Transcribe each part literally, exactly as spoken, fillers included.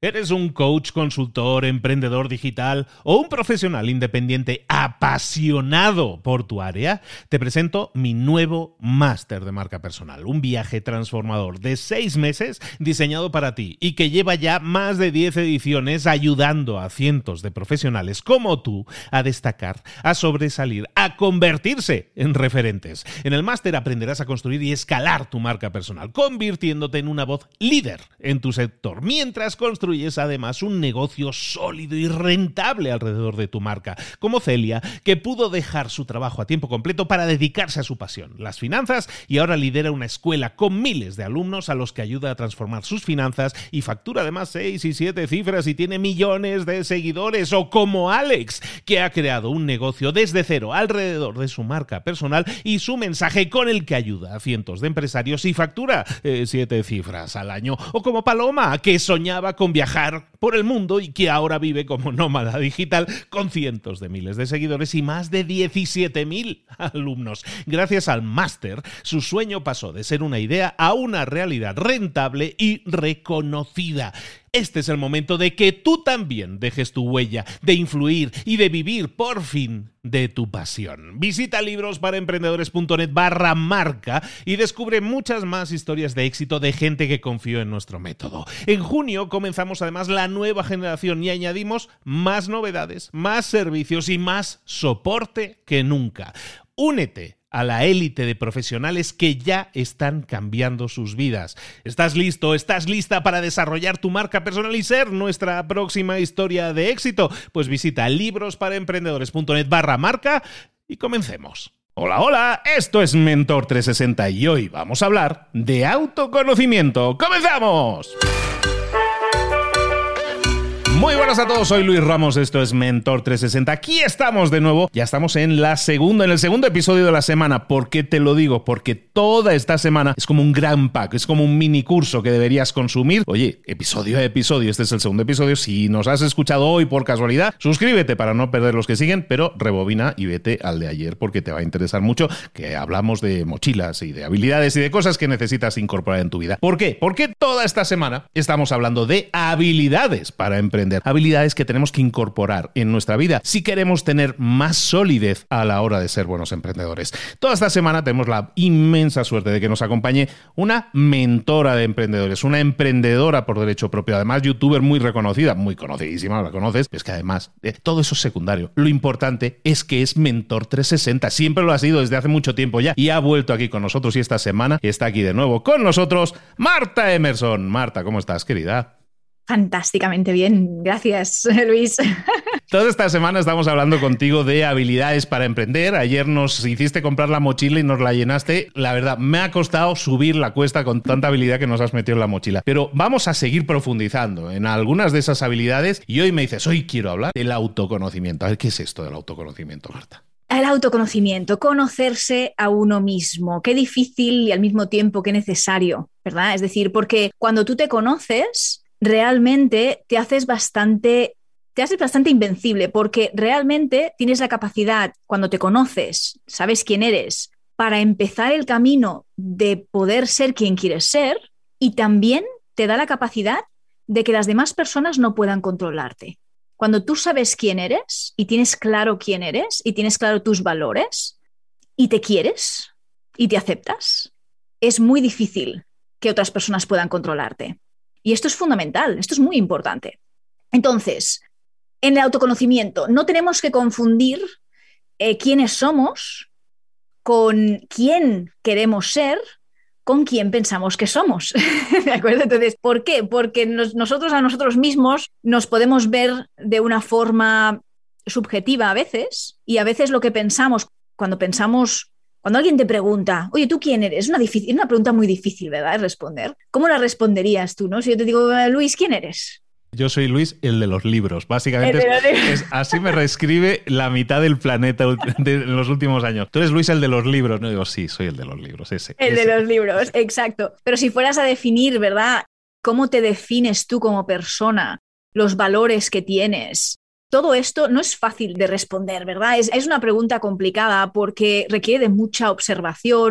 ¿Eres un coach, consultor, emprendedor digital o un profesional independiente apasionado por tu área? Te presento mi nuevo máster de marca personal, un viaje transformador de seis meses diseñado para ti y que lleva ya más de diez ediciones ayudando a cientos de profesionales como tú a destacar, a sobresalir, a convertirse en referentes. En el máster aprenderás a construir y escalar tu marca personal, convirtiéndote en una voz líder en tu sector, mientras construyes además un negocio sólido y rentable alrededor de tu marca, como Celia, que pudo dejar su trabajo a tiempo completo para dedicarse a su pasión, las finanzas, y ahora lidera una escuela con miles de alumnos a los que ayuda a transformar sus finanzas y factura además seis y siete cifras y tiene millones de seguidores. O como Alex, que ha creado un negocio desde cero alrededor de su marca personal y su mensaje, con el que ayuda a cientos de empresarios y factura eh, siete cifras al año. O como Paloma, que soñaba con viajar por el mundo y que ahora vive como nómada digital con cientos de miles de seguidores y más de diecisiete mil alumnos. Gracias al máster, su sueño pasó de ser una idea a una realidad rentable y reconocida. Este es el momento de que tú también dejes tu huella, de influir y de vivir por fin de tu pasión. Visita librosparaemprendedores.net barra marca y descubre muchas más historias de éxito de gente que confió en nuestro método. En junio comenzamos además la nueva generación y añadimos más novedades, más servicios y más soporte que nunca. Únete a la élite de profesionales que ya están cambiando sus vidas. ¿Estás listo? ¿Estás lista para desarrollar tu marca personal y ser nuestra próxima historia de éxito? Pues visita librosparaemprendedores.net barra marca y comencemos. Hola, hola, esto es Mentor trescientos sesenta y hoy vamos a hablar de autoconocimiento. ¡Comenzamos! Muy buenas a todos, soy Luis Ramos, esto es Mentor trescientos sesenta. Aquí estamos de nuevo, ya estamos en la segunda, en el segundo episodio de la semana. ¿Por qué te lo digo? Porque toda esta semana es como un gran pack, es como un mini curso que deberías consumir. Oye, episodio a episodio, este es el segundo episodio. Si nos has escuchado hoy por casualidad, suscríbete para no perder los que siguen, pero rebobina y vete al de ayer porque te va a interesar mucho, que hablamos de mochilas y de habilidades y de cosas que necesitas incorporar en tu vida. ¿Por qué? Porque toda esta semana estamos hablando de habilidades para emprender. Habilidades que tenemos que incorporar en nuestra vida si queremos tener más solidez a la hora de ser buenos emprendedores. Toda esta semana tenemos la inmensa suerte de que nos acompañe una mentora de emprendedores, una emprendedora por derecho propio, además youtuber muy reconocida, muy conocidísima, la conoces. Es que además eh, todo eso es secundario. Lo importante es que es Mentor trescientos sesenta, siempre lo ha sido desde hace mucho tiempo ya y ha vuelto aquí con nosotros y esta semana está aquí de nuevo con nosotros Marta Emerson. Marta, ¿cómo estás, querida? Fantásticamente bien, gracias, Luis. Toda esta semana estamos hablando contigo de habilidades para emprender. Ayer nos hiciste comprar la mochila y nos la llenaste. La verdad, me ha costado subir la cuesta con tanta habilidad que nos has metido en la mochila. Pero vamos a seguir profundizando en algunas de esas habilidades y hoy me dices, hoy quiero hablar del autoconocimiento. A ver, ¿qué es esto del autoconocimiento, Marta? El autoconocimiento, conocerse a uno mismo. Qué difícil y al mismo tiempo qué necesario, ¿verdad? Es decir, porque cuando tú te conoces, realmente te haces bastante, te haces bastante invencible, porque realmente tienes la capacidad, cuando te conoces, sabes quién eres, para empezar el camino de poder ser quien quieres ser, y también te da la capacidad de que las demás personas no puedan controlarte. Cuando tú sabes quién eres y tienes claro quién eres y tienes claro tus valores y te quieres y te aceptas, es muy difícil que otras personas puedan controlarte. Y esto es fundamental, esto es muy importante. Entonces, en el autoconocimiento no tenemos que confundir eh, quiénes somos con quién queremos ser, con quién pensamos que somos. ¿De acuerdo? Entonces, ¿por qué? Porque nos, nosotros a nosotros mismos nos podemos ver de una forma subjetiva a veces, y a veces lo que pensamos, cuando pensamos... Cuando alguien te pregunta, oye, ¿tú quién eres? Es una, difícil, una pregunta muy difícil, ¿verdad? De responder. ¿Cómo la respondería tú, no? Si yo te digo, Luis, ¿quién eres? Yo soy Luis, el de los libros. Básicamente es, es, así me reescribe la mitad del planeta de, de los últimos años. Tú eres Luis, el de los libros. No digo, sí, soy el de los libros, ese. El ese. de los libros, exacto. Pero si fueras a definir, ¿verdad? ¿Cómo te defines tú como persona? Los valores que tienes. Todo esto no es fácil de responder, ¿verdad? Es, es una pregunta complicada porque requiere de mucha observación,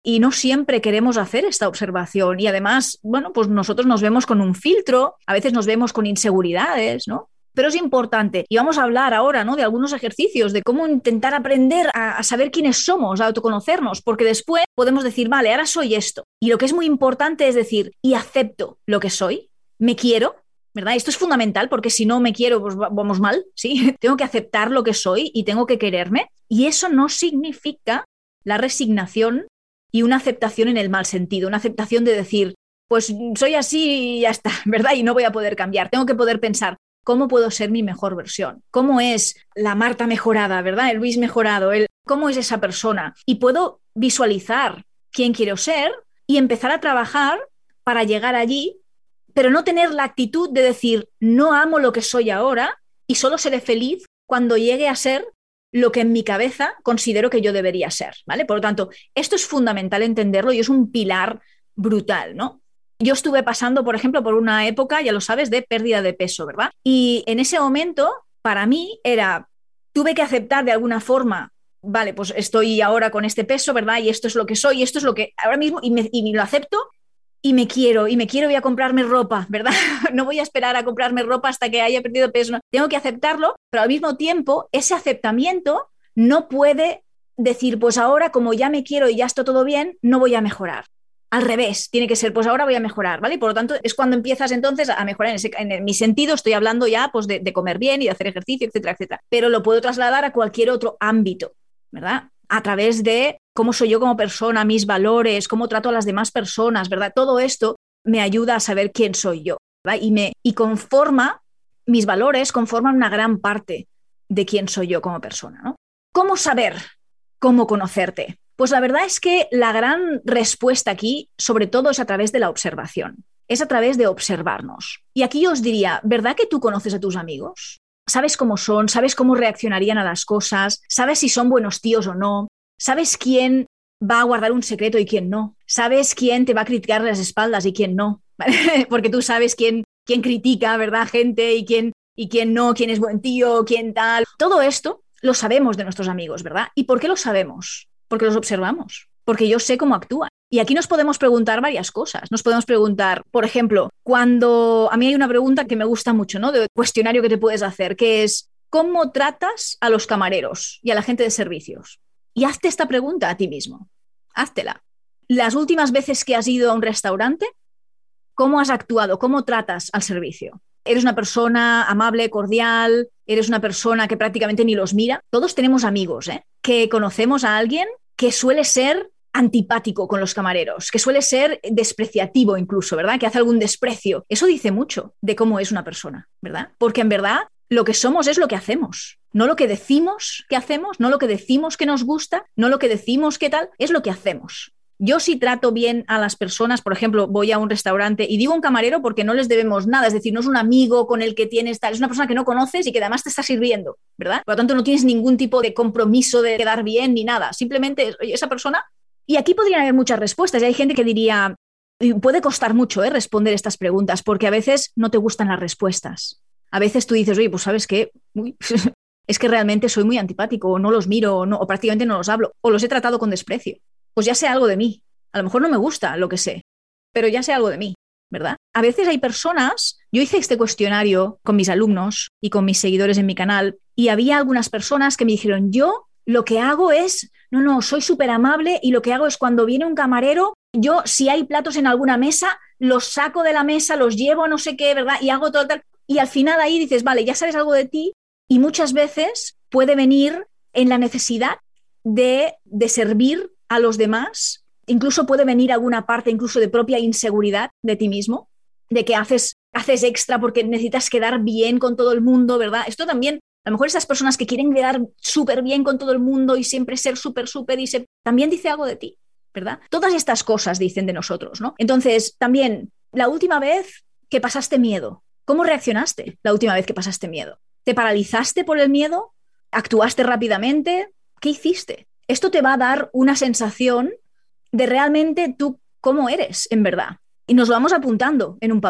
y no siempre queremos hacer esta observación. Y además, bueno, pues nosotros nos vemos con un filtro, a veces nos vemos con inseguridades, ¿no? Pero es importante. Y vamos a hablar ahora, ¿no?, de algunos ejercicios, de cómo intentar aprender a, a saber quiénes somos, a autoconocernos, porque después podemos decir, vale, ahora soy esto. Y lo que es muy importante es decir, y acepto lo que soy, me quiero, ¿verdad? Esto es fundamental porque si no me quiero, pues vamos mal, ¿sí? Tengo que aceptar lo que soy y tengo que quererme. Y eso no significa la resignación y una aceptación en el mal sentido, una aceptación de decir, pues soy así y ya está, ¿verdad? Y no voy a poder cambiar. Tengo que poder pensar, ¿cómo puedo ser mi mejor versión? ¿Cómo es la Marta mejorada, ¿verdad? El Luis mejorado, el, ¿cómo es esa persona? Y puedo visualizar quién quiero ser y empezar a trabajar para llegar allí, pero no tener la actitud de decir, no amo lo que soy ahora y solo seré feliz cuando llegue a ser lo que en mi cabeza considero que yo debería ser, ¿vale? Por lo tanto, esto es fundamental entenderlo y es un pilar brutal, ¿no? Yo estuve pasando, por ejemplo, por una época, ya lo sabes, de pérdida de peso, ¿verdad? Y en ese momento, para mí, era, tuve que aceptar de alguna forma, vale, pues estoy ahora con este peso, ¿verdad? Y esto es lo que soy, y esto es lo que ahora mismo, y, me, y lo acepto, y me quiero, y me quiero, voy a comprarme ropa, ¿verdad? No voy a esperar a comprarme ropa hasta que haya perdido peso, no. Tengo que aceptarlo, pero al mismo tiempo, ese aceptamiento no puede decir, pues ahora como ya me quiero y ya está todo bien, no voy a mejorar. Al revés, tiene que ser, pues ahora voy a mejorar, ¿vale? Y por lo tanto, es cuando empiezas entonces a mejorar en, ese, en mi sentido, estoy hablando ya pues de, de comer bien y de hacer ejercicio, etcétera, etcétera. Pero lo puedo trasladar a cualquier otro ámbito, ¿verdad? A través de cómo soy yo como persona, mis valores, cómo trato a las demás personas, ¿verdad? Todo esto me ayuda a saber quién soy yo, ¿verdad? Y, me, y conforma, mis valores conforman una gran parte de quién soy yo como persona, ¿no? ¿Cómo saber cómo conocerte? Pues la verdad es que la gran respuesta aquí, sobre todo, es a través de la observación. Es a través de observarnos. Y aquí yo os diría, ¿verdad que tú conoces a tus amigos? ¿Sabes cómo son? ¿Sabes cómo reaccionarían a las cosas? ¿Sabes si son buenos tíos o no? ¿Sabes quién va a guardar un secreto y quién no? ¿Sabes quién te va a criticar las espaldas y quién no? ¿Vale? Porque tú sabes quién, quién critica, ¿verdad? Gente y quién, y quién no, quién es buen tío, quién tal. Todo esto lo sabemos de nuestros amigos, ¿verdad? ¿Y por qué lo sabemos? Porque los observamos, porque yo sé cómo actúan. Y aquí nos podemos preguntar varias cosas. Nos podemos preguntar, por ejemplo, cuando a mí hay una pregunta que me gusta mucho, ¿no? De cuestionario que te puedes hacer, que es ¿cómo tratas a los camareros y a la gente de servicios? Y hazte esta pregunta a ti mismo. Háztela. Las últimas veces que has ido a un restaurante, ¿cómo has actuado? ¿Cómo tratas al servicio? ¿Eres una persona amable, cordial? ¿Eres una persona que prácticamente ni los mira? Todos tenemos amigos, ¿eh? Que conocemos a alguien que suele ser antipático con los camareros, que suele ser despreciativo incluso, ¿verdad? Que hace algún desprecio. Eso dice mucho de cómo es una persona, ¿verdad? Porque en verdad lo que somos es lo que hacemos. No lo que decimos que hacemos, no lo que decimos que nos gusta, no lo que decimos que tal, es lo que hacemos. Yo sí trato bien a las personas, por ejemplo, voy a un restaurante y digo un camarero porque no les debemos nada, es decir, no es un amigo con el que tienes tal, es una persona que no conoces y que además te está sirviendo, ¿verdad? Por lo tanto, no tienes ningún tipo de compromiso de quedar bien ni nada, simplemente esa persona. Y aquí podrían haber muchas respuestas y hay gente que diría, y puede costar mucho ¿eh? responder estas preguntas porque a veces no te gustan las respuestas. A veces tú dices, oye, pues ¿sabes qué? Uy, es que realmente soy muy antipático o no los miro o, no, o prácticamente no los hablo o los he tratado con desprecio. Pues ya sé algo de mí. A lo mejor no me gusta lo que sé, pero ya sé algo de mí, ¿verdad? A veces hay personas, yo hice este cuestionario con mis alumnos y con mis seguidores en mi canal y había algunas personas que me dijeron, yo lo que hago es, no, no, soy súper amable y lo que hago es cuando viene un camarero, yo si hay platos en alguna mesa, los saco de la mesa, los llevo a no sé qué, ¿verdad? Y hago todo tal. Y al final ahí dices, vale, ya sabes algo de ti y muchas veces puede venir en la necesidad de, de servir a los demás, incluso puede venir alguna parte incluso de propia inseguridad de ti mismo, de que haces, haces extra porque necesitas quedar bien con todo el mundo, ¿verdad? Esto también, a lo mejor esas personas que quieren quedar súper bien con todo el mundo y siempre ser súper, súper, y se, también dice algo de ti, ¿verdad? Todas estas cosas dicen de nosotros, ¿no? Entonces, también, la última vez que pasaste miedo, ¿cómo reaccionaste la última vez que pasaste miedo? ¿Te paralizaste por el miedo? ¿Actuaste rápidamente? ¿Qué hiciste? Esto te va a dar una sensación de realmente tú cómo eres en verdad. Y nos lo vamos apuntando en un papel.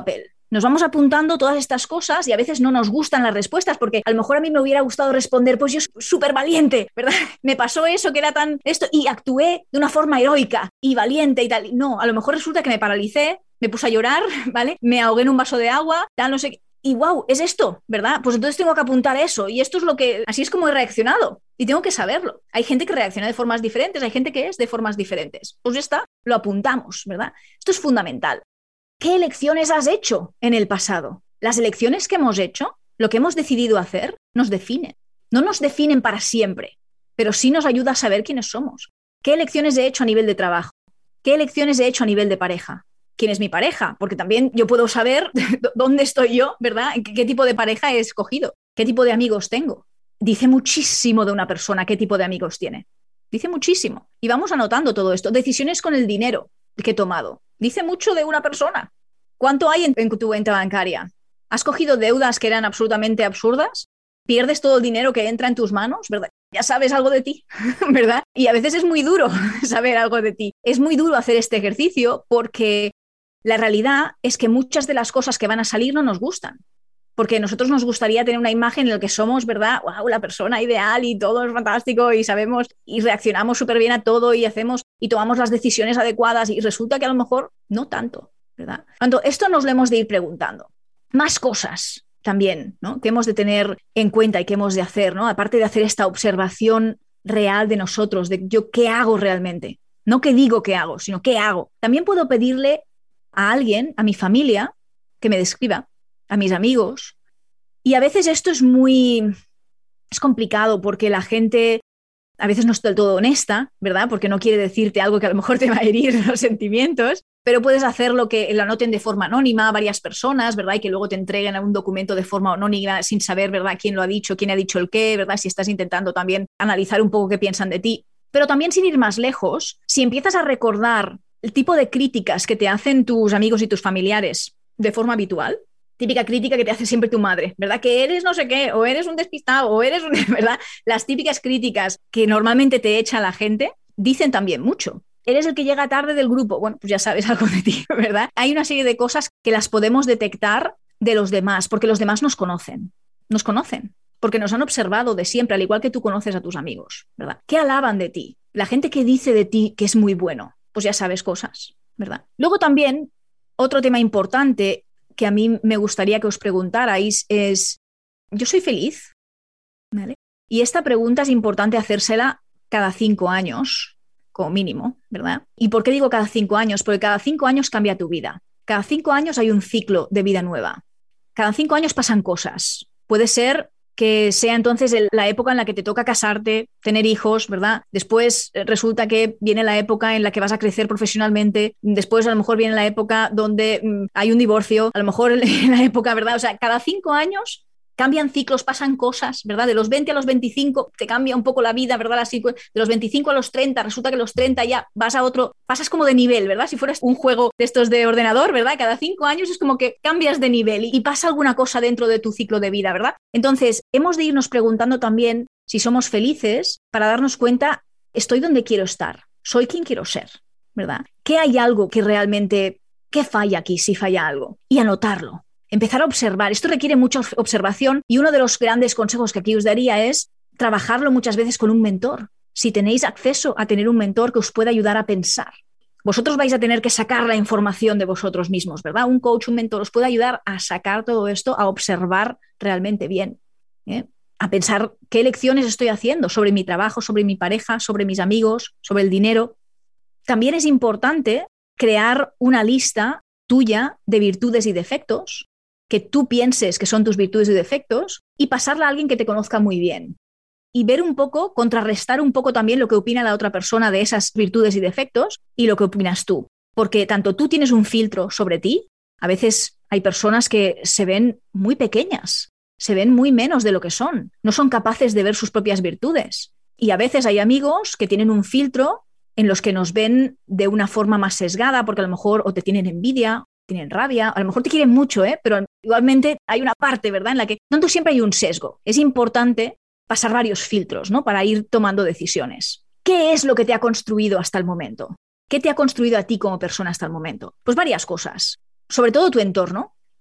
Nos vamos apuntando todas estas cosas y a veces no nos gustan las respuestas porque a lo mejor a mí me hubiera gustado responder, pues yo soy súper valiente, ¿verdad? Me pasó eso que era tan esto y actué de una forma heroica y valiente y tal. No, a lo mejor resulta que me paralicé, me puse a llorar, ¿vale? Me ahogué en un vaso de agua, tal, no sé qué. Y wow, es esto, ¿verdad? Pues entonces tengo que apuntar eso y esto es lo que, así es como he reaccionado y tengo que saberlo. Hay gente que reacciona de formas diferentes, hay gente que es de formas diferentes. Pues ya está, lo apuntamos, ¿verdad? Esto es fundamental. ¿Qué elecciones has hecho en el pasado? Las elecciones que hemos hecho, lo que hemos decidido hacer, nos definen. No nos definen para siempre, pero sí nos ayuda a saber quiénes somos. ¿Qué elecciones he hecho a nivel de trabajo? ¿Qué elecciones he hecho a nivel de pareja? ¿Quién es mi pareja? Porque también yo puedo saber dónde estoy yo, ¿verdad? ¿Qué, qué tipo de pareja he escogido? ¿Qué tipo de amigos tengo? Dice muchísimo de una persona qué tipo de amigos tiene. Dice muchísimo. Y vamos anotando todo esto. Decisiones con el dinero que he tomado. Dice mucho de una persona. ¿Cuánto hay en, en tu cuenta bancaria? ¿Has cogido deudas que eran absolutamente absurdas? ¿Pierdes todo el dinero que entra en tus manos? ¿Verdad? Ya sabes algo de ti, ¿verdad? Y a veces es muy duro saber algo de ti. Es muy duro hacer este ejercicio porque la realidad es que muchas de las cosas que van a salir no nos gustan. Porque a nosotros nos gustaría tener una imagen en la que somos, ¿verdad? ¡Wow! La persona ideal y todo es fantástico y sabemos y reaccionamos súper bien a todo y hacemos y tomamos las decisiones adecuadas y resulta que a lo mejor no tanto, ¿verdad? Cuando esto nos lo hemos de ir preguntando. Más cosas también, ¿no? Que hemos de tener en cuenta y que hemos de hacer, ¿no? Aparte de hacer esta observación real de nosotros, de yo qué hago realmente. No qué digo que hago, sino qué hago. También puedo pedirle a alguien, a mi familia, que me describa, a mis amigos. Y a veces esto es muy... es complicado porque la gente a veces no es del todo honesta, ¿verdad? Porque no quiere decirte algo que a lo mejor te va a herir los sentimientos, pero puedes hacerlo que lo anoten de forma anónima a varias personas, ¿verdad? Y que luego te entreguen un documento de forma anónima sin saber, ¿verdad? Quién lo ha dicho, quién ha dicho el qué, ¿verdad? Si estás intentando también analizar un poco qué piensan de ti. Pero también sin ir más lejos, si empiezas a recordar el tipo de críticas que te hacen tus amigos y tus familiares de forma habitual, típica crítica que te hace siempre tu madre, ¿verdad? Que eres no sé qué, o eres un despistado, o eres un... ¿verdad? Las típicas críticas que normalmente te echa la gente dicen también mucho. Eres el que llega tarde del grupo. Bueno, pues ya sabes algo de ti, ¿verdad? Hay una serie de cosas que las podemos detectar de los demás, porque los demás nos conocen. Nos conocen, porque nos han observado de siempre, al igual que tú conoces a tus amigos, ¿verdad? ¿Qué alaban de ti? La gente que dice de ti que es muy bueno, pues ya sabes cosas, ¿verdad? Luego también, otro tema importante que a mí me gustaría que os preguntarais es, ¿yo soy feliz? ¿Vale? Y esta pregunta es importante hacérsela cada cinco años, como mínimo, ¿verdad? ¿Y por qué digo cada cinco años? Porque cada cinco años cambia tu vida. Cada cinco años hay un ciclo de vida nueva. Cada cinco años pasan cosas. Puede ser que sea entonces la época en la que te toca casarte, tener hijos, ¿verdad? Después resulta que viene la época en la que vas a crecer profesionalmente, después a lo mejor viene la época donde mmm, hay un divorcio, a lo mejor en la época, ¿verdad? O sea, cada cinco años cambian ciclos, pasan cosas, ¿verdad? De los veinte a los veinticinco te cambia un poco la vida, ¿verdad? De los veinticinco a los treinta, resulta que a los treinta ya vas a otro, pasas como de nivel, ¿verdad? Si fueras un juego de estos de ordenador, ¿verdad? Cada cinco años es como que cambias de nivel y pasa alguna cosa dentro de tu ciclo de vida, ¿verdad? Entonces, hemos de irnos preguntando también si somos felices para darnos cuenta, estoy donde quiero estar, soy quien quiero ser, ¿verdad? ¿Qué hay algo que realmente, qué falla aquí si falla algo? Y anotarlo. Empezar a observar. Esto requiere mucha observación y uno de los grandes consejos que aquí os daría es trabajarlo muchas veces con un mentor. Si tenéis acceso a tener un mentor que os pueda ayudar a pensar. Vosotros vais a tener que sacar la información de vosotros mismos, ¿verdad? Un coach, un mentor os puede ayudar a sacar todo esto, a observar realmente bien, ¿eh? A pensar qué elecciones estoy haciendo sobre mi trabajo, sobre mi pareja, sobre mis amigos, sobre el dinero. También es importante crear una lista tuya de virtudes y defectos que tú pienses que son tus virtudes y defectos y pasarla a alguien que te conozca muy bien. Y ver un poco, contrarrestar un poco también lo que opina la otra persona de esas virtudes y defectos y lo que opinas tú. Porque tanto tú tienes un filtro sobre ti, a veces hay personas que se ven muy pequeñas, se ven muy menos de lo que son, no son capaces de ver sus propias virtudes. Y a veces hay amigos que tienen un filtro en los que nos ven de una forma más sesgada porque a lo mejor o te tienen envidia, tienen rabia, a lo mejor te quieren mucho, ¿eh? Pero igualmente hay una parte, ¿verdad?, en la que tanto siempre hay un sesgo. Es importante pasar varios filtros, ¿no?, para ir tomando decisiones. ¿Qué es lo que te ha construido hasta el momento? ¿Qué te ha construido a ti como persona hasta el momento? Pues varias cosas, sobre todo tu entorno.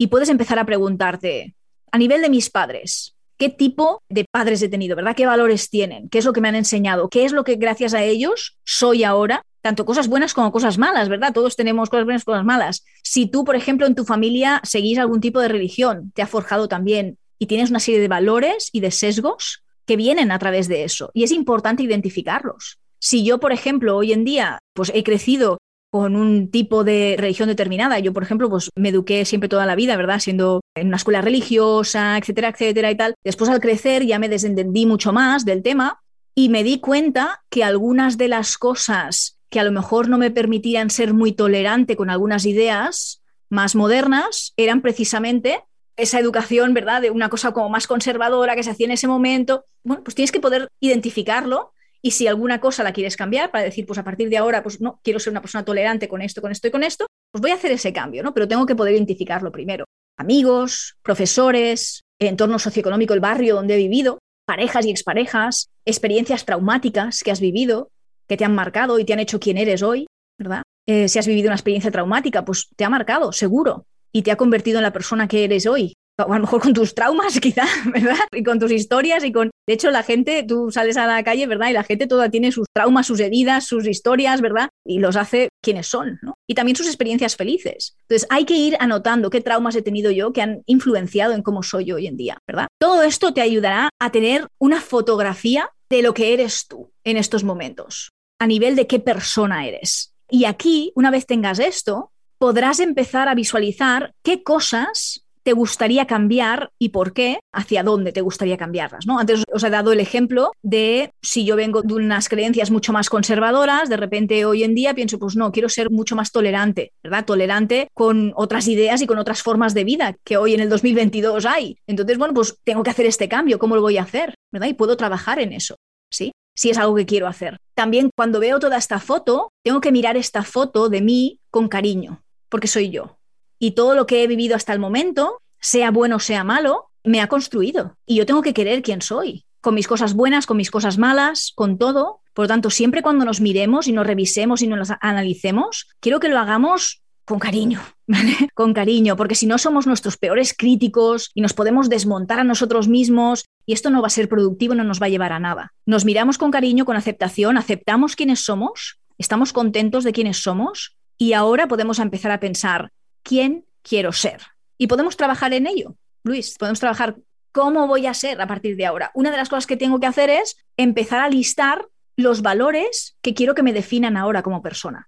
y puedes empezar a preguntarte, a nivel de mis padres, ¿qué tipo de padres he tenido, verdad? ¿Qué valores tienen? ¿Qué es lo que me han enseñado? ¿Qué es lo que gracias a ellos soy ahora? Tanto cosas buenas como cosas malas, ¿verdad? Todos tenemos cosas buenas y cosas malas. Si tú, por ejemplo, en tu familia seguís algún tipo de religión, te ha forjado también y tienes una serie de valores y de sesgos que vienen a través de eso. Y es importante identificarlos. Si yo, por ejemplo, hoy en día pues he crecido con un tipo de religión determinada. Yo, por ejemplo, pues me eduqué siempre toda la vida, ¿verdad? Siendo en una escuela religiosa, etcétera, etcétera y tal. Después, al crecer, ya me desentendí mucho más del tema y me di cuenta que algunas de las cosas que a lo mejor no me permitían ser muy tolerante con algunas ideas más modernas eran precisamente esa educación, ¿verdad? De una cosa como más conservadora que se hacía en ese momento. Bueno, pues tienes que poder identificarlo. Y si alguna cosa la quieres cambiar para decir, pues a partir de ahora, pues no, quiero ser una persona tolerante con esto, con esto y con esto, pues voy a hacer ese cambio, ¿no? Pero tengo que poder identificarlo primero. Amigos, profesores, el entorno socioeconómico, el barrio donde he vivido, parejas y exparejas, experiencias traumáticas que has vivido, que te han marcado y te han hecho quien eres hoy, ¿verdad? Eh, si has vivido una experiencia traumática, pues te ha marcado, seguro, y te ha convertido en la persona que eres hoy. O a lo mejor con tus traumas, quizá, ¿verdad? Y con tus historias y con... De hecho, la gente, tú sales a la calle, ¿verdad? Y la gente toda tiene sus traumas, sus heridas, sus historias, ¿verdad? Y los hace quienes son, ¿no? Y también sus experiencias felices. Entonces, hay que ir anotando qué traumas he tenido yo que han influenciado en cómo soy yo hoy en día, ¿verdad? Todo esto te ayudará a tener una fotografía de lo que eres tú en estos momentos, a nivel de qué persona eres. Y aquí, una vez tengas esto, podrás empezar a visualizar qué cosas te gustaría cambiar y por qué, hacia dónde te gustaría cambiarlas, ¿no? Antes os he dado el ejemplo de si yo vengo de unas creencias mucho más conservadoras, de repente hoy en día pienso, pues no, quiero ser mucho más tolerante, ¿verdad? Tolerante con otras ideas y con otras formas de vida que hoy en el dos mil veintidós hay. Entonces, bueno, pues tengo que hacer este cambio, ¿cómo lo voy a hacer? ¿Verdad? Y puedo trabajar en eso, ¿sí? Si es algo que quiero hacer. También cuando veo toda esta foto, tengo que mirar esta foto de mí con cariño, porque soy yo. Y todo lo que he vivido hasta el momento, sea bueno o sea malo, me ha construido. Y yo tengo que querer quién soy, con mis cosas buenas, con mis cosas malas, con todo. Por lo tanto, siempre cuando nos miremos y nos revisemos y nos analicemos, quiero que lo hagamos con cariño, ¿vale? Con cariño, porque si no somos nuestros peores críticos y nos podemos desmontar a nosotros mismos y esto no va a ser productivo, no nos va a llevar a nada. Nos miramos con cariño, con aceptación, aceptamos quiénes somos, estamos contentos de quiénes somos y ahora podemos empezar a pensar ¿quién quiero ser? Y podemos trabajar en ello, Luis, podemos trabajar cómo voy a ser a partir de ahora. Una de las cosas que tengo que hacer es empezar a listar los valores que quiero que me definan ahora como persona.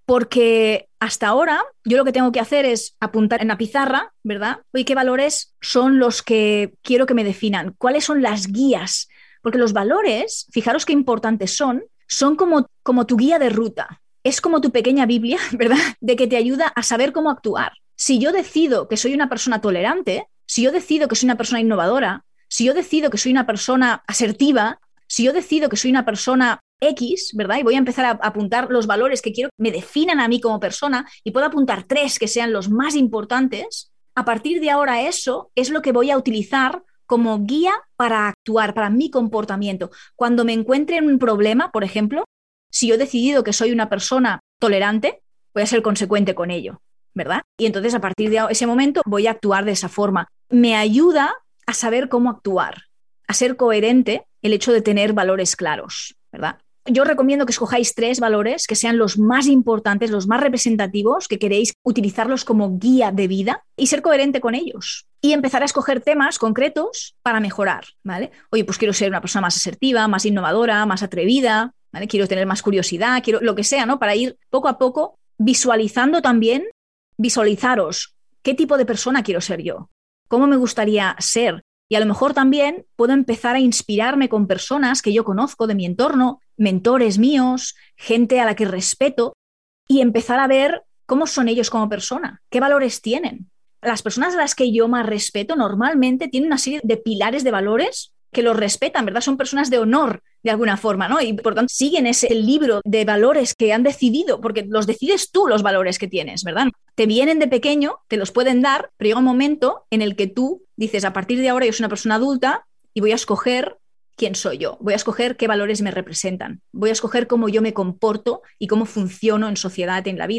Porque hasta ahora yo lo que tengo que hacer es apuntar en la pizarra, ¿verdad? Oye, ¿qué valores son los que quiero que me definan? ¿Cuáles son las guías? Porque los valores, fijaros qué importantes son, son como, como tu guía de ruta. Es como tu pequeña Biblia, ¿verdad? De que te ayuda a saber cómo actuar. Si yo decido que soy una persona tolerante, si yo decido que soy una persona innovadora, si yo decido que soy una persona asertiva, si yo decido que soy una persona X, ¿verdad? Y voy a empezar a apuntar los valores que quiero que me definan a mí como persona y puedo apuntar tres que sean los más importantes, a partir de ahora eso es lo que voy a utilizar como guía para actuar, para mi comportamiento. Cuando me encuentre en un problema, por ejemplo, si yo he decidido que soy una persona tolerante, voy a ser consecuente con ello, ¿verdad? Y entonces a partir de ese momento voy a actuar de esa forma. Me ayuda a saber cómo actuar, a ser coherente el hecho de tener valores claros, ¿verdad? Yo recomiendo que escojáis tres valores que sean los más importantes, los más representativos, que queréis utilizarlos como guía de vida y ser coherente con ellos. Y empezar a escoger temas concretos para mejorar, ¿vale? Oye, pues quiero ser una persona más asertiva, más innovadora, más atrevida, ¿vale? Quiero tener más curiosidad, quiero lo que sea, ¿no? Para ir poco a poco visualizando también, visualizaros qué tipo de persona quiero ser yo, cómo me gustaría ser. Y a lo mejor también puedo empezar a inspirarme con personas que yo conozco de mi entorno, mentores míos, gente a la que respeto, y empezar a ver cómo son ellos como persona, qué valores tienen. Las personas a las que yo más respeto normalmente tienen una serie de pilares de valores que los respetan, ¿verdad? Son personas de honor de alguna forma, ¿no? Y por tanto siguen ese libro de valores que han decidido, porque los decides tú los valores que tienes, ¿verdad? Te vienen de pequeño, te los pueden dar, pero llega un momento en el que tú dices, a partir de ahora yo soy una persona adulta y voy a escoger quién soy yo, voy a escoger qué valores me representan, voy a escoger cómo yo me comporto y cómo funciono en sociedad, en la vida.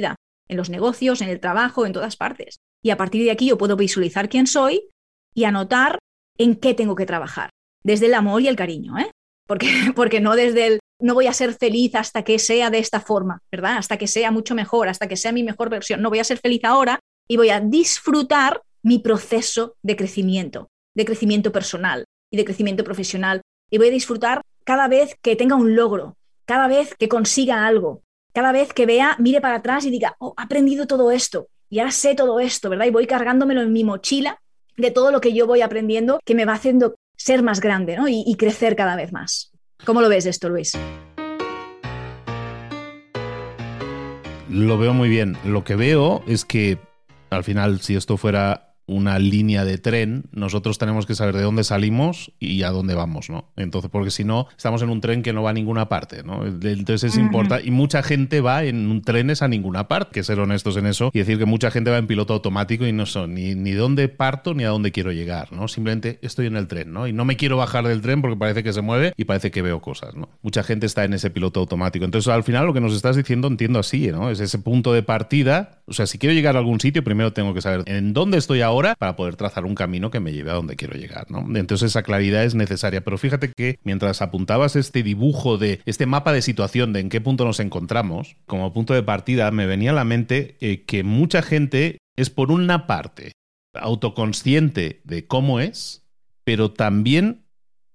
en los negocios, en el trabajo, en todas partes. Y a partir de aquí yo puedo visualizar quién soy y anotar en qué tengo que trabajar. Desde el amor y el cariño, ¿eh? Porque, porque no desde el no voy a ser feliz hasta que sea de esta forma, ¿verdad? Hasta que sea mucho mejor, hasta que sea mi mejor versión. No voy a ser feliz ahora y voy a disfrutar mi proceso de crecimiento, de crecimiento personal y de crecimiento profesional. Y voy a disfrutar cada vez que tenga un logro, cada vez que consiga algo, cada vez que vea, mire para atrás y diga, oh, he aprendido todo esto y ahora sé todo esto, ¿verdad? Y voy cargándomelo en mi mochila de todo lo que yo voy aprendiendo que me va haciendo ser más grande, ¿no? y, y crecer cada vez más. ¿Cómo lo ves esto, Luis? Lo veo muy bien. Lo que veo es que al final, si esto fuera una línea de tren, nosotros tenemos que saber de dónde salimos y a dónde vamos, ¿no? Entonces, porque si no, estamos en un tren que no va a ninguna parte, ¿no? Entonces es uh-huh. importante, y mucha gente va en trenes a ninguna parte, hay que ser honestos en eso y decir que mucha gente va en piloto automático y no son ni, ni dónde parto ni a dónde quiero llegar, ¿no? Simplemente estoy en el tren, ¿no? Y no me quiero bajar del tren porque parece que se mueve y parece que veo cosas, ¿no? Mucha gente está en ese piloto automático. Entonces, al final, lo que nos estás diciendo entiendo así, ¿no? Es ese punto de partida. O sea, si quiero llegar a algún sitio, primero tengo que saber en dónde estoy ahora para poder trazar un camino que me lleve a donde quiero llegar, ¿no? Entonces esa claridad es necesaria, pero fíjate que mientras apuntabas este dibujo de este mapa de situación de en qué punto nos encontramos, como punto de partida me venía a la mente eh, que mucha gente es por una parte autoconsciente de cómo es, pero también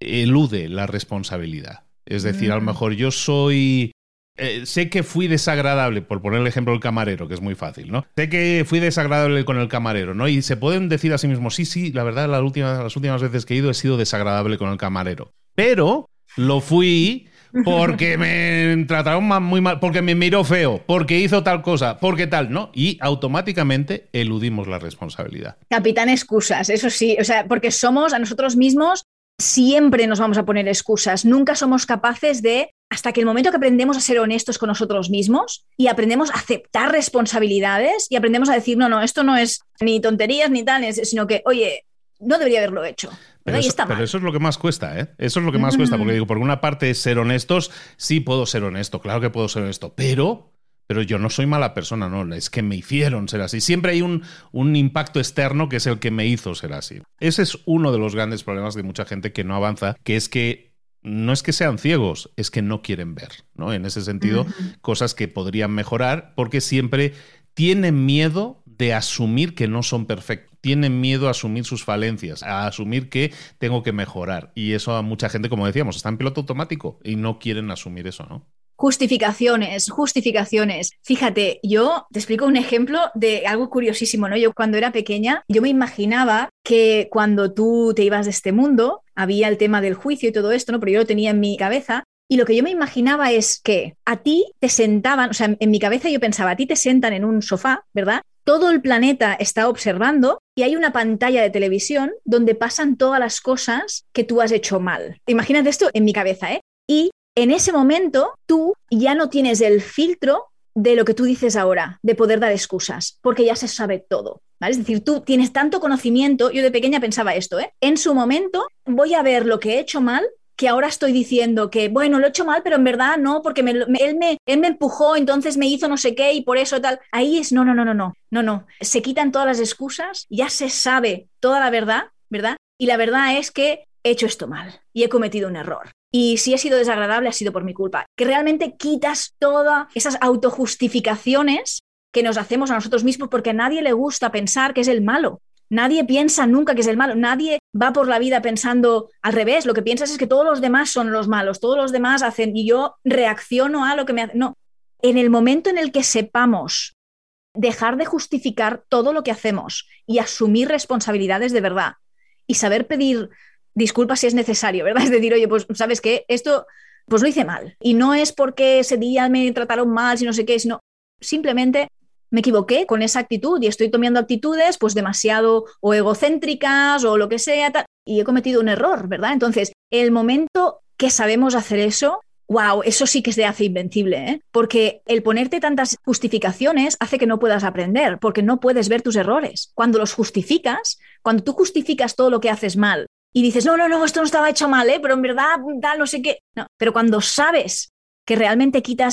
elude la responsabilidad. Es decir, mm. a lo mejor yo soy... Eh, sé que fui desagradable, por poner el ejemplo del camarero, que es muy fácil, ¿no? Sé que fui desagradable con el camarero, ¿no? Y se pueden decir a sí mismos, sí, sí, la verdad, las últimas, las últimas veces que he ido he sido desagradable con el camarero. Pero lo fui porque me trataron muy mal, porque me miró feo, porque hizo tal cosa, porque tal, ¿no? Y automáticamente eludimos la responsabilidad. Capitán excusas, eso sí, o sea, porque somos a nosotros mismos, siempre nos vamos a poner excusas, nunca somos capaces de... Hasta que el momento que aprendemos a ser honestos con nosotros mismos y aprendemos a aceptar responsabilidades y aprendemos a decir, no, no, esto no es ni tonterías ni tal, sino que, oye, no debería haberlo hecho. Pero eso, pero eso es lo que más cuesta, ¿eh? Eso es lo que más mm. cuesta, porque digo, por una parte, ser honestos, sí puedo ser honesto, claro que puedo ser honesto, pero... Pero yo no soy mala persona, no, es que me hicieron ser así. Siempre hay un, un impacto externo que es el que me hizo ser así. Ese es uno de los grandes problemas de mucha gente que no avanza, que es que no es que sean ciegos, es que no quieren ver, ¿no? En ese sentido, uh-huh. cosas que podrían mejorar porque siempre tienen miedo de asumir que no son perfectos. Tienen miedo a asumir sus falencias, a asumir que tengo que mejorar. Y eso a mucha gente, como decíamos, está en piloto automático y no quieren asumir eso, ¿no? Justificaciones, justificaciones. Fíjate, yo te explico un ejemplo de algo curiosísimo, ¿no? Yo cuando era pequeña, yo me imaginaba que cuando tú te ibas de este mundo, había el tema del juicio y todo esto, ¿no? Pero yo lo tenía en mi cabeza. Y lo que yo me imaginaba es que a ti te sentaban, o sea, en mi cabeza yo pensaba, a ti te sentan en un sofá, ¿verdad? Todo el planeta está observando y hay una pantalla de televisión donde pasan todas las cosas que tú has hecho mal. Imagínate esto en mi cabeza, ¿eh? Y en ese momento, tú ya no tienes el filtro de lo que tú dices ahora, de poder dar excusas, porque ya se sabe todo, ¿vale? Es decir, tú tienes tanto conocimiento, yo de pequeña pensaba esto, ¿eh? En su momento voy a ver lo que he hecho mal, que ahora estoy diciendo que, bueno, lo he hecho mal, pero en verdad no, porque me, me, él, me, él me empujó, entonces me hizo no sé qué y por eso tal. Ahí es, no, no, no, no, no, no, no. Se quitan todas las excusas, ya se sabe toda la verdad, ¿verdad? Y la verdad es que he hecho esto mal y he cometido un error. Y si he sido desagradable, ha sido por mi culpa. Que realmente quitas todas esas autojustificaciones que nos hacemos a nosotros mismos porque a nadie le gusta pensar que es el malo. Nadie piensa nunca que es el malo. Nadie va por la vida pensando al revés. Lo que piensas es que todos los demás son los malos. Todos los demás hacen y yo reacciono a lo que me hacen. No. En el momento en el que sepamos dejar de justificar todo lo que hacemos y asumir responsabilidades de verdad y saber pedir disculpas si es necesario, ¿verdad? Es decir, oye, pues, ¿sabes qué? Esto, pues lo hice mal. Y no es porque ese día me trataron mal, si no sé qué, sino simplemente me equivoqué con esa actitud y estoy tomando actitudes pues demasiado o egocéntricas o lo que sea, tal, y he cometido un error, ¿verdad? Entonces, el momento que sabemos hacer eso, wow, eso sí que se hace invencible, ¿eh? Porque el ponerte tantas justificaciones hace que no puedas aprender, porque no puedes ver tus errores. Cuando los justificas, cuando tú justificas todo lo que haces mal, y dices, no, no, no, esto no estaba hecho mal, ¿eh? Pero en verdad, tal, no sé qué. No, pero cuando sabes que realmente quitas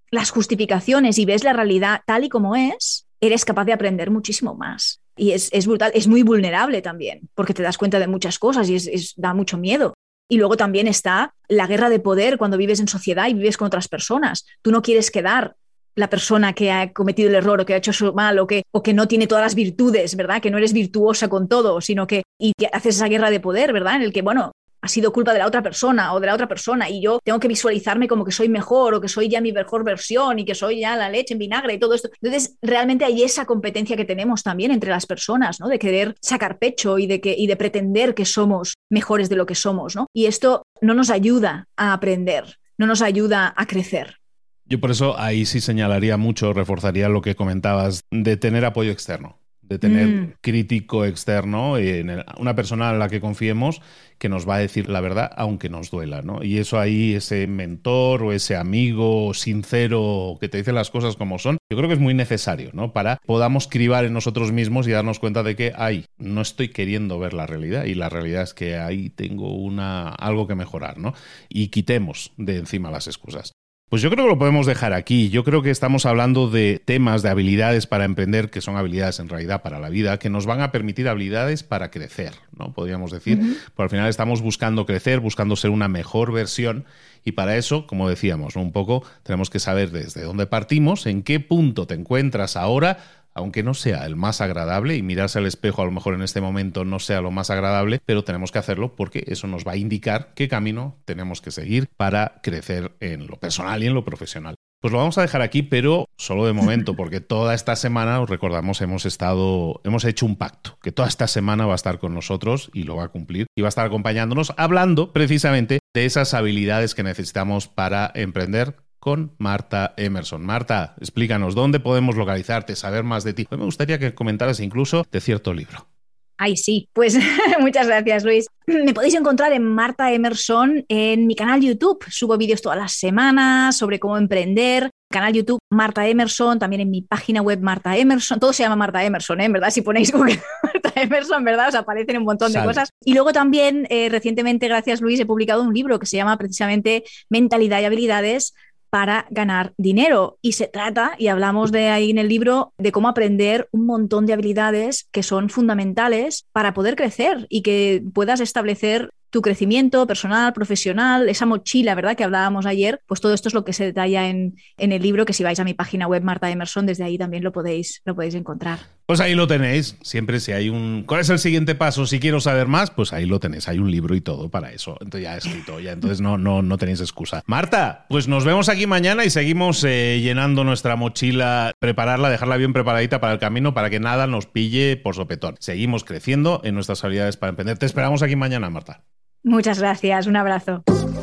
las justificaciones y ves la realidad tal y como es, eres capaz de aprender muchísimo más. Y es, es brutal, es muy vulnerable también, porque te das cuenta de muchas cosas y es, es, da mucho miedo. Y luego también está la guerra de poder cuando vives en sociedad y vives con otras personas. Tú no quieres quedar la persona que ha cometido el error o que ha hecho eso mal o que, o que no tiene todas las virtudes, ¿verdad? Que no eres virtuosa con todo, sino que y que haces esa guerra de poder, ¿verdad? En el que, bueno, ha sido culpa de la otra persona o de la otra persona y yo tengo que visualizarme como que soy mejor o que soy ya mi mejor versión y que soy ya la leche en vinagre y todo esto. Entonces, realmente hay esa competencia que tenemos también entre las personas, ¿no? De querer sacar pecho y de, que, y de pretender que somos mejores de lo que somos, ¿no? Y esto no nos ayuda a aprender, no nos ayuda a crecer. Yo por eso ahí sí señalaría mucho, reforzaría lo que comentabas, de tener apoyo externo, de tener mm. crítico externo, en una persona en la que confiemos que nos va a decir la verdad aunque nos duela, ¿no? Y eso ahí, ese mentor o ese amigo sincero que te dice las cosas como son, yo creo que es muy necesario, ¿no? Para que podamos cribar en nosotros mismos y darnos cuenta de que, ay, no estoy queriendo ver la realidad y la realidad es que ahí tengo una, algo que mejorar, ¿no? Y quitemos de encima las excusas. Pues yo creo que lo podemos dejar aquí. Yo creo que estamos hablando de temas, de habilidades para emprender, que son habilidades en realidad para la vida, que nos van a permitir habilidades para crecer, ¿no? Podríamos decir. Uh-huh. Pero al final estamos buscando crecer, buscando ser una mejor versión y para eso, como decíamos, ¿no? Un poco tenemos que saber desde dónde partimos, en qué punto te encuentras ahora, aunque no sea el más agradable y mirarse al espejo a lo mejor en este momento no sea lo más agradable, pero tenemos que hacerlo porque eso nos va a indicar qué camino tenemos que seguir para crecer en lo personal y en lo profesional. Pues lo vamos a dejar aquí, pero solo de momento, porque toda esta semana, os recordamos, hemos estado, hemos hecho un pacto, que toda esta semana va a estar con nosotros y lo va a cumplir y va a estar acompañándonos hablando precisamente de esas habilidades que necesitamos para emprender con Marta Emerson. Marta, explícanos, ¿dónde podemos localizarte, saber más de ti? Me gustaría que comentaras incluso de cierto libro. Ay, sí, pues muchas gracias, Luis. Me podéis encontrar en Marta Emerson en mi canal YouTube. Subo vídeos todas las semanas sobre cómo emprender. Canal YouTube Marta Emerson, también en mi página web Marta Emerson. Todo se llama Marta Emerson, ¿eh? En verdad, si ponéis Google Marta Emerson, ¿verdad? Os aparecen un montón de Sale. cosas. Y luego también, eh, recientemente, gracias, Luis, he publicado un libro que se llama precisamente Mentalidad y Habilidades para ganar dinero. Y se trata, y hablamos de ahí en el libro, de cómo aprender un montón de habilidades que son fundamentales para poder crecer y que puedas establecer tu crecimiento personal, profesional, esa mochila, ¿verdad?, que hablábamos ayer. Pues todo esto es lo que se detalla en, en el libro, que si vais a mi página web Marta Emerson, desde ahí también lo podéis, lo podéis encontrar. Pues ahí lo tenéis. Siempre si hay un... ¿Cuál es el siguiente paso? Si quiero saber más, pues ahí lo tenéis. Hay un libro y todo para eso. Entonces ya he escrito, ya entonces no, no, no tenéis excusa. Marta, pues nos vemos aquí mañana y seguimos eh, llenando nuestra mochila, prepararla, dejarla bien preparadita para el camino, para que nada nos pille por sopetón. Seguimos creciendo en nuestras habilidades para emprender. Te esperamos aquí mañana, Marta. Muchas gracias, un abrazo.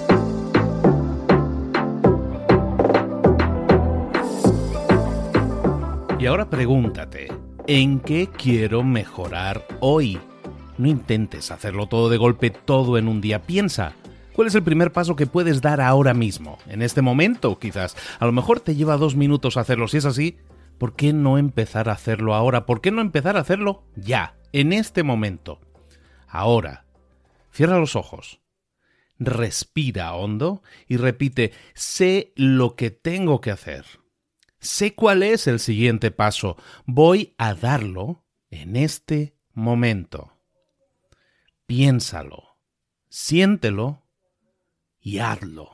Y ahora pregúntate, ¿en qué quiero mejorar hoy? No intentes hacerlo todo de golpe, todo en un día. Piensa, ¿cuál es el primer paso que puedes dar ahora mismo? En este momento, quizás. A lo mejor te lleva dos minutos hacerlo. Si es así, ¿por qué no empezar a hacerlo ahora? ¿Por qué no empezar a hacerlo ya, en este momento? Ahora. Cierra los ojos, respira hondo y repite, sé lo que tengo que hacer. Sé cuál es el siguiente paso. Voy a darlo en este momento. Piénsalo, siéntelo y hazlo.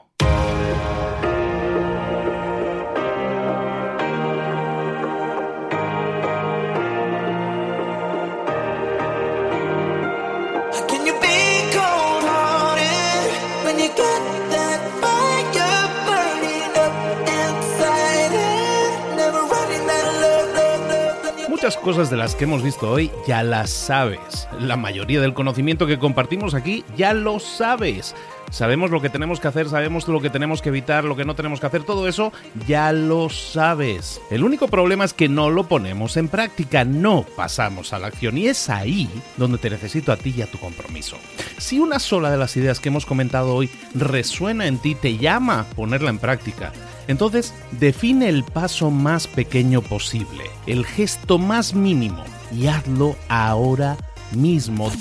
Muchas cosas de las que hemos visto hoy ya las sabes. La mayoría del conocimiento que compartimos aquí ya lo sabes. Sabemos lo que tenemos que hacer, sabemos lo que tenemos que evitar, lo que no tenemos que hacer, todo eso ya lo sabes. El único problema es que no lo ponemos en práctica, no pasamos a la acción y es ahí donde te necesito a ti y a tu compromiso. Si una sola de las ideas que hemos comentado hoy resuena en ti, te llama a ponerla en práctica, entonces define el paso más pequeño posible, el gesto más mínimo y hazlo ahora mismo.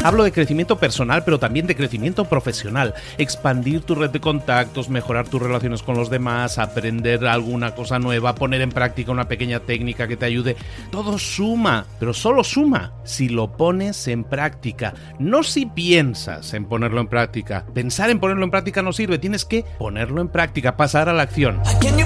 Hablo de crecimiento personal, pero también de crecimiento profesional. Expandir tu red de contactos, mejorar tus relaciones con los demás, aprender alguna cosa nueva, poner en práctica una pequeña técnica que te ayude. Todo suma, pero solo suma si lo pones en práctica. No si piensas en ponerlo en práctica. Pensar en ponerlo en práctica no sirve, tienes que ponerlo en práctica, pasar a la acción.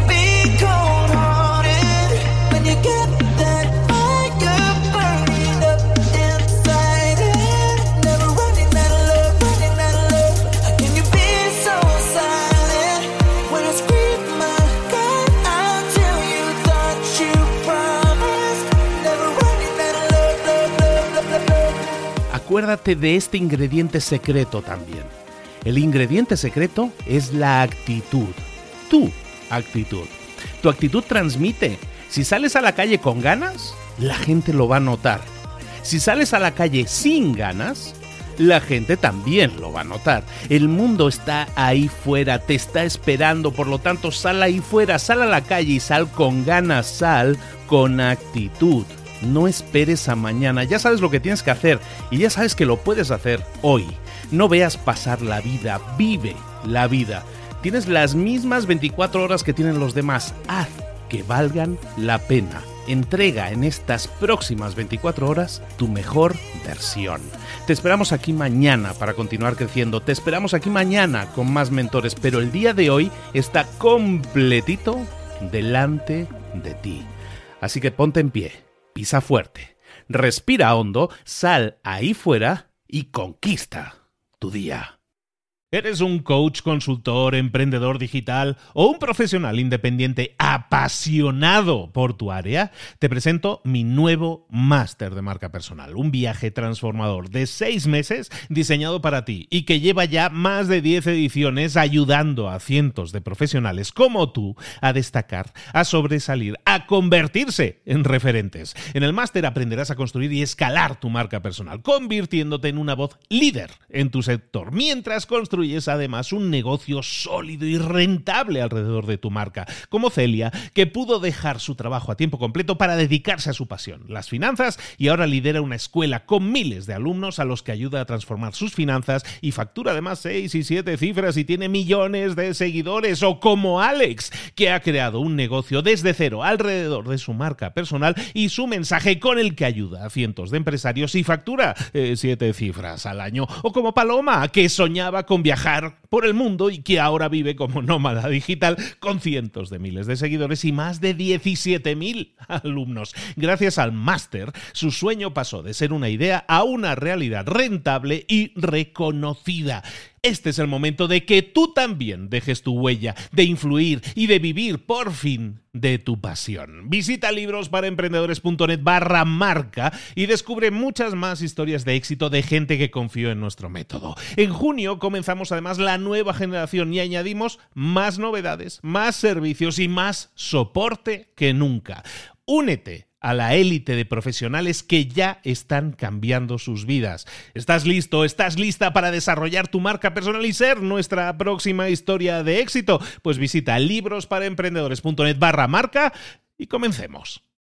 Acuérdate de este ingrediente secreto también. El ingrediente secreto es la actitud. Tu actitud. Tu actitud transmite. Si sales a la calle con ganas, la gente lo va a notar. Si sales a la calle sin ganas, la gente también lo va a notar. El mundo está ahí fuera, te está esperando, por lo tanto sal ahí fuera, sal a la calle y sal con ganas, sal con actitud. No esperes a mañana, ya sabes lo que tienes que hacer y ya sabes que lo puedes hacer hoy. No veas pasar la vida, vive la vida. Tienes las mismas veinticuatro horas que tienen los demás, haz que valgan la pena. Entrega en estas próximas veinticuatro horas tu mejor versión. Te esperamos aquí mañana para continuar creciendo, te esperamos aquí mañana con más mentores, pero el día de hoy está completito delante de ti. Así que ponte en pie. Pisa fuerte, respira hondo, sal ahí fuera y conquista tu día. ¿Eres un coach, consultor, emprendedor digital o un profesional independiente apasionado por tu área? Te presento mi nuevo máster de marca personal, un viaje transformador de seis meses diseñado para ti y que lleva ya más de diez ediciones ayudando a cientos de profesionales como tú a destacar, a sobresalir, a convertirse en referentes. En el máster aprenderás a construir y escalar tu marca personal, convirtiéndote en una voz líder en tu sector, mientras construyes además un negocio sólido y rentable alrededor de tu marca, como Celia, que pudo dejar su trabajo a tiempo completo para dedicarse a su pasión, las finanzas, y ahora lidera una escuela con miles de alumnos a los que ayuda a transformar sus finanzas y factura además seis y siete cifras y tiene millones de seguidores, o como Alex, que ha creado un negocio desde cero alrededor de su marca personal y su mensaje con el que ayuda a cientos de empresarios y factura eh, siete cifras al año, o como Paloma, que soñaba con viajar por el mundo y que ahora vive como nómada digital con cientos de miles de seguidores y más de diecisiete mil alumnos. Gracias al máster, su sueño pasó de ser una idea a una realidad rentable y reconocida. Este es el momento de que tú también dejes tu huella, de influir y de vivir por fin de tu pasión. Visita librosparaemprendedores.net barra marca y descubre muchas más historias de éxito de gente que confió en nuestro método. En junio comenzamos además la nueva generación y añadimos más novedades, más servicios y más soporte que nunca. Únete a la élite de profesionales que ya están cambiando sus vidas. ¿Estás listo? ¿Estás lista para desarrollar tu marca personal y ser nuestra próxima historia de éxito? Pues visita librosparaemprendedores.net barra marca y comencemos.